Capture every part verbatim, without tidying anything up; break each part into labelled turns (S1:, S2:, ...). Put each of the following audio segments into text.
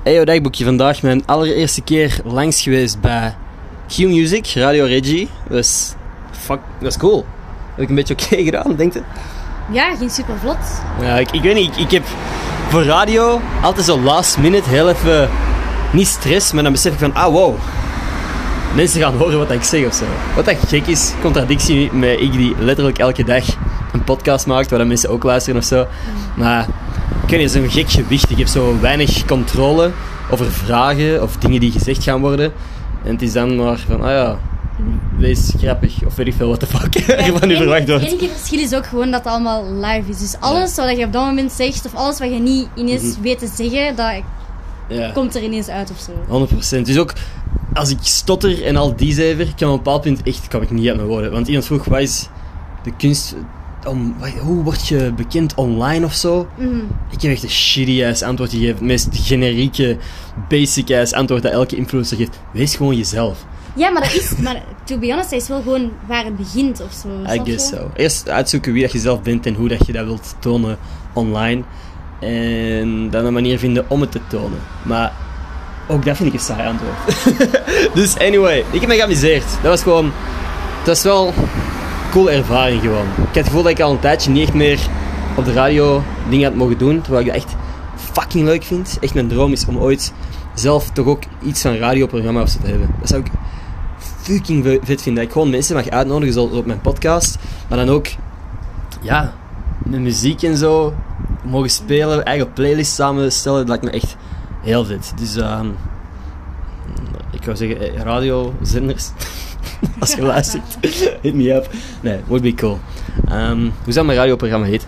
S1: Hey, yo, dagboekje. Vandaag mijn allereerste keer langs geweest bij Q-Music, Radio Regie. Dat was, fuck, dat was cool. Heb ik een beetje oké okay gedaan, denk je?
S2: Ja, ging super vlot.
S1: Ja, ik, ik weet niet, ik, ik heb voor radio altijd zo last minute heel even, niet stress, maar dan besef ik van, ah wow, mensen gaan horen wat ik zeg of zo. Wat dat gek is, contradictie met ik die letterlijk elke dag een podcast maakt, waar dan mensen ook luisteren of zo. Maar ik weet niet, het is een gek gewicht. Ik heb zo weinig controle over vragen of dingen die gezegd gaan worden. En het is dan maar van, ah ja, wees grappig, of weet ik veel wat de fuck er van u verwacht wordt.
S2: Het enige verschil is ook gewoon dat het allemaal live is. Dus alles ja. wat je op dat moment zegt, of alles wat je niet ineens mm-hmm. weet te zeggen, dat ja. komt er ineens uit of zo.
S1: honderd procent. Dus ook, als ik stotter en al die zever, kan op een bepaald punt echt, kan ik niet uit mijn woorden. Want iemand vroeg, wat is de kunst... Om, hoe word je bekend online of zo? Mm-hmm. Ik heb echt een shitty-ass antwoord gegeven. Het meest generieke, basic-ass antwoord dat elke influencer geeft. Wees gewoon jezelf.
S2: Ja, maar dat is... Maar to be honest, dat is wel gewoon waar het begint of zo.
S1: I guess so. Eerst uitzoeken wie dat je zelf bent en hoe dat je dat wilt tonen online. En dan een manier vinden om het te tonen. Maar ook dat vind ik een saai antwoord. Dus anyway, ik heb me geamuseerd. Dat was gewoon... Dat is wel... coole ervaring gewoon. Ik had het gevoel dat ik al een tijdje niet echt meer op de radio dingen had mogen doen, terwijl ik dat echt fucking leuk vind. Echt mijn droom is om ooit zelf toch ook iets van radioprogramma of zo te hebben. Dat zou ik fucking vet vinden. Dat ik gewoon mensen mag uitnodigen zoals op mijn podcast, maar dan ook ja, met muziek en zo mogen spelen, eigen playlist samenstellen. Dat lijkt me echt heel vet. Dus uh, ik wou zeggen radiozenders. Als je luistert, hit me up. Nee, would be cool. Um, hoe zou mijn radioprogramma heet?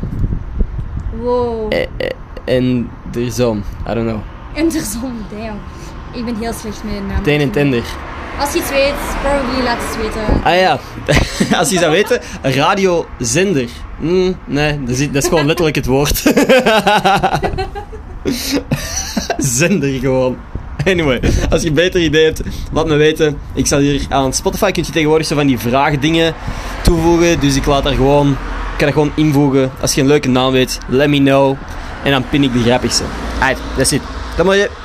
S2: Wow.
S1: E- e- en de zon, I don't know.
S2: En de zon, damn. Ik ben heel slecht met naam.
S1: Teen en tender.
S2: Als je iets weet, probably laat het weten.
S1: Ah ja, als je zou weten, een radiozender. Mm, nee, dat is, dat is gewoon letterlijk het woord. Zender gewoon. Anyway, als je een beter idee hebt, laat me weten. Ik zal hier aan Spotify kun je tegenwoordig zo van die vraagdingen toevoegen. Dus ik laat daar gewoon, ik kan dat gewoon invoegen. Als je een leuke naam weet, let me know. En dan pin ik de grappigste. Alright, that's it. Kom maar je.